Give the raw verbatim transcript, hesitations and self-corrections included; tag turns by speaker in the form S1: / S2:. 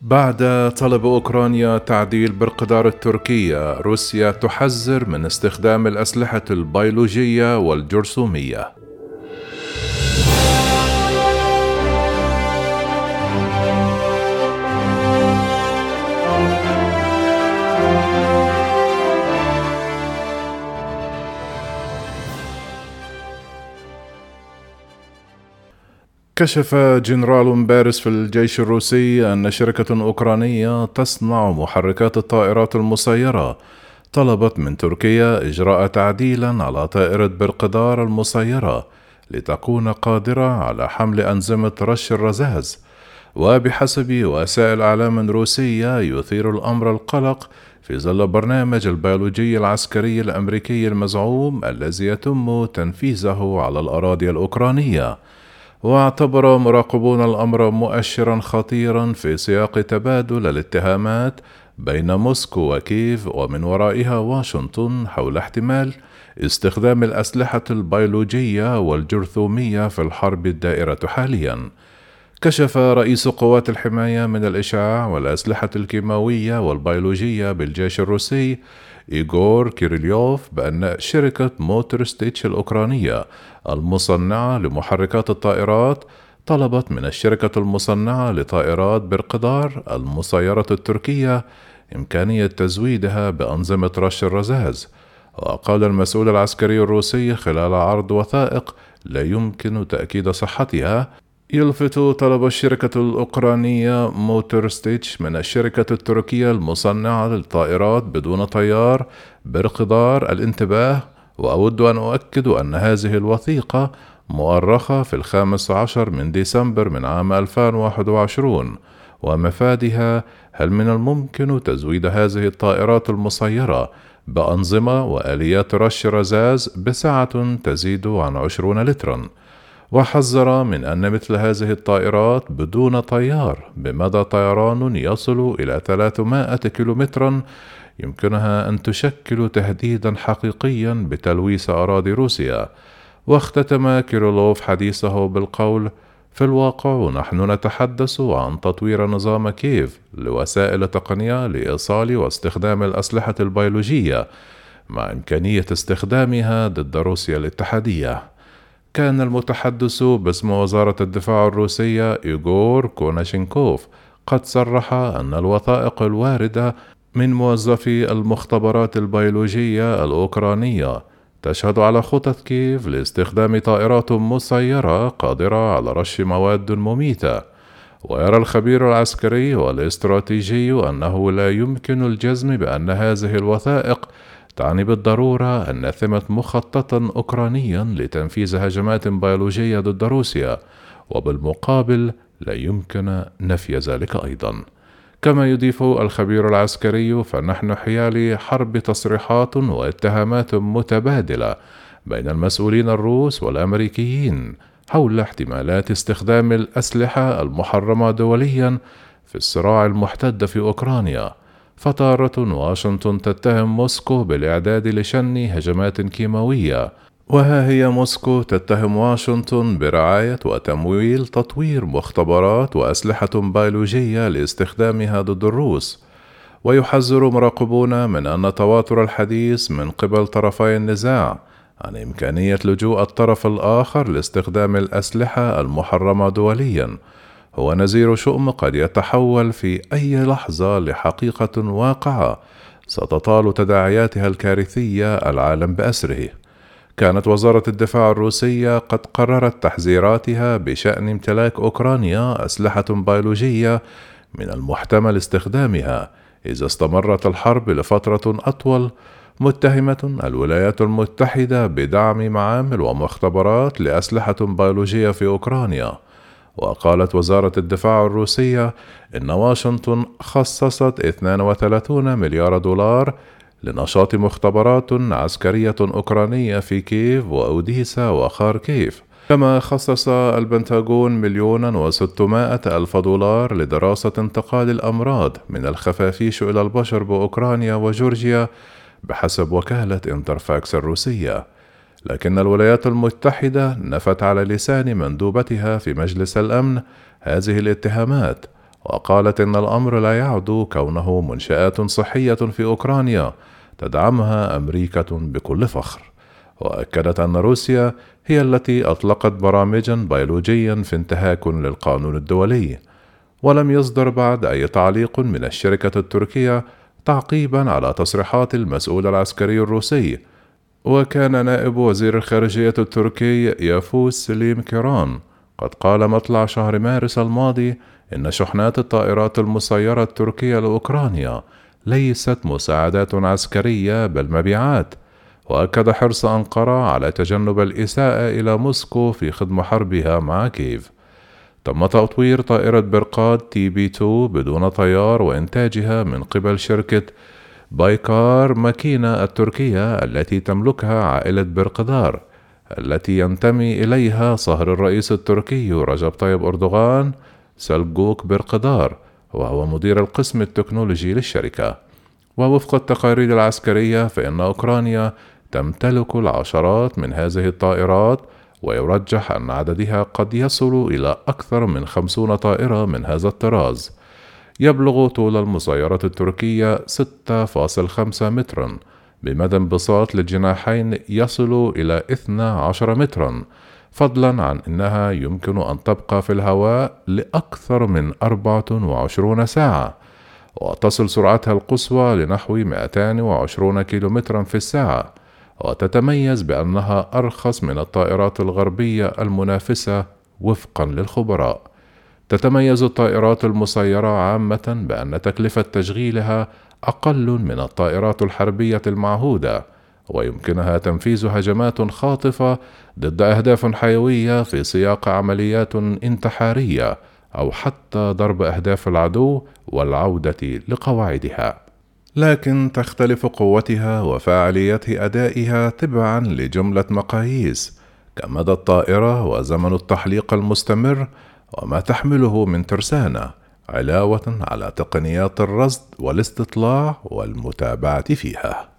S1: بعد طلب أوكرانيا تعديل بالقطار التركية، روسيا تحذر من استخدام الأسلحة البيولوجية والجرثومية. كشف جنرال بارز في الجيش الروسي أن شركة أوكرانية تصنع محركات الطائرات المسيرة طلبت من تركيا إجراء تعديل على طائرة برقدار المسيرة لتكون قادرة على حمل أنظمة رش الرذاذ. وبحسب وسائل إعلام روسية، يثير الأمر القلق في ظل برنامج البيولوجي العسكري الأمريكي المزعوم الذي يتم تنفيذه على الأراضي الأوكرانية. واعتبر مراقبون الأمر مؤشرا خطيرا في سياق تبادل الاتهامات بين موسكو وكييف ومن ورائها واشنطن حول احتمال استخدام الأسلحة البيولوجية والجرثومية في الحرب الدائرة حاليا. كشف رئيس قوات الحماية من الإشعاع والأسلحة الكيماوية والبيولوجية بالجيش الروسي إيغور كيريليوف بأن شركة موتور ستيتش الأوكرانية المصنعة لمحركات الطائرات طلبت من الشركة المصنعة لطائرات برقدار المسيرة التركية إمكانية تزويدها بأنظمة رش الرذاذ. وقال المسؤول العسكري الروسي خلال عرض وثائق لا يمكن تأكيد صحتها، يلفت طلب الشركة الأوكرانية موتور ستيتش من الشركة التركية المصنعة للطائرات بدون طيار برقدار الانتباه. وأود أن أؤكد أن هذه الوثيقة مؤرخة في الخامس عشر من ديسمبر من عام ألفين وواحد وعشرين، ومفادها: هل من الممكن تزويد هذه الطائرات المسيرة بأنظمة وآليات رش رذاذ بسعة تزيد عن عشرين لترا؟ وحذر من أن مثل هذه الطائرات بدون طيار بمدى طيران يصل إلى ثلاثمائة كيلومترا يمكنها أن تشكل تهديدا حقيقيا بتلويث أراضي روسيا. واختتم كيرلوف حديثه بالقول: في الواقع نحن نتحدث عن تطوير نظام كييف لوسائل تقنية لإيصال واستخدام الأسلحة البيولوجية مع إمكانية استخدامها ضد روسيا الاتحادية. كان المتحدث باسم وزارة الدفاع الروسية إيغور كوناشينكوف قد صرح أن الوثائق الواردة من موظفي المختبرات البيولوجية الأوكرانية تشهد على خطط كييف لاستخدام طائرات مسيرة قادرة على رش مواد مميتة. ويرى الخبير العسكري والاستراتيجي أنه لا يمكن الجزم بأن هذه الوثائق تعني بالضرورة أن ثمة مخططا أوكرانيا لتنفيذ هجمات بيولوجية ضد روسيا، وبالمقابل لا يمكن نفي ذلك أيضا. كما يضيف الخبير العسكري: فنحن حيال حرب تصريحات واتهامات متبادلة بين المسؤولين الروس والأمريكيين حول احتمالات استخدام الأسلحة المحرمة دوليا في الصراع المحتد في أوكرانيا. فتارة واشنطن تتهم موسكو بالإعداد لشن هجمات كيماوية، وها هي موسكو تتهم واشنطن برعاية وتمويل تطوير مختبرات وأسلحة بيولوجية لاستخدامها ضد الروس. ويحذر مراقبون من أن تواتر الحديث من قبل طرفي النزاع عن إمكانية لجوء الطرف الآخر لاستخدام الأسلحة المحرمة دوليا هو نذير شؤم قد يتحول في أي لحظة لحقيقة واقعة ستطال تداعياتها الكارثية العالم بأسره. كانت وزارة الدفاع الروسية قد قررت تحذيراتها بشأن امتلاك أوكرانيا أسلحة بيولوجية من المحتمل استخدامها إذا استمرت الحرب لفترة أطول، متهمة الولايات المتحدة بدعم معامل ومختبرات لأسلحة بيولوجية في أوكرانيا. وقالت وزارة الدفاع الروسية إن واشنطن خصصت اثنين وثلاثين مليار دولار لنشاط مختبرات عسكرية أوكرانية في كييف وأوديسا وخاركيف. كما خصص البنتاغون مليونا وستمائة ألف دولار لدراسة انتقال الأمراض من الخفافيش إلى البشر بأوكرانيا وجورجيا بحسب وكالة انترفاكس الروسية. لكن الولايات المتحدة نفت على لسان مندوبتها في مجلس الأمن هذه الاتهامات، وقالت إن الأمر لا يعد كونه منشآت صحية في أوكرانيا تدعمها أمريكا بكل فخر. وأكدت أن روسيا هي التي أطلقت برامجا بيولوجيا في انتهاك للقانون الدولي. ولم يصدر بعد أي تعليق من الشركة التركية تعقيبا على تصريحات المسؤول العسكري الروسي. وكان نائب وزير الخارجية التركي يافوس سليم كيران قد قال مطلع شهر مارس الماضي إن شحنات الطائرات المسيرة التركية لأوكرانيا ليست مساعدات عسكرية بل مبيعات. وأكد حرص أنقرة على تجنب الإساءة إلى موسكو في خضم حربها مع كييف. تم تطوير طائرة برقاد تي بي اثنين بدون طيار وإنتاجها من قبل شركة بايكار ماكينة التركية التي تملكها عائلة برقدار، التي ينتمي إليها صهر الرئيس التركي رجب طيب أردوغان سلجوك برقدار، وهو مدير القسم التكنولوجي للشركة. ووفق التقارير العسكرية فإن أوكرانيا تمتلك العشرات من هذه الطائرات، ويرجح أن عددها قد يصل إلى أكثر من خمسين طائرة من هذا الطراز. يبلغ طول المسيرة التركية ستة فاصلة خمسة مترا، بمدى انبساط للجناحين يصل إلى اثني عشر مترا، فضلا عن أنها يمكن أن تبقى في الهواء لأكثر من أربعة وعشرين ساعة، وتصل سرعتها القصوى لنحو مئتين وعشرين كيلومترا في الساعة، وتتميز بأنها أرخص من الطائرات الغربية المنافسة وفقا للخبراء. تتميز الطائرات المسيرة عامة بأن تكلفة تشغيلها أقل من الطائرات الحربية المعهودة، ويمكنها تنفيذ هجمات خاطفة ضد أهداف حيوية في سياق عمليات انتحارية، أو حتى ضرب أهداف العدو والعودة لقواعدها. لكن تختلف قوتها وفاعلية أدائها تبعا لجملة مقاييس كمدى الطائرة وزمن التحليق المستمر وما تحمله من ترسانة، علاوة على تقنيات الرصد والاستطلاع والمتابعة فيها.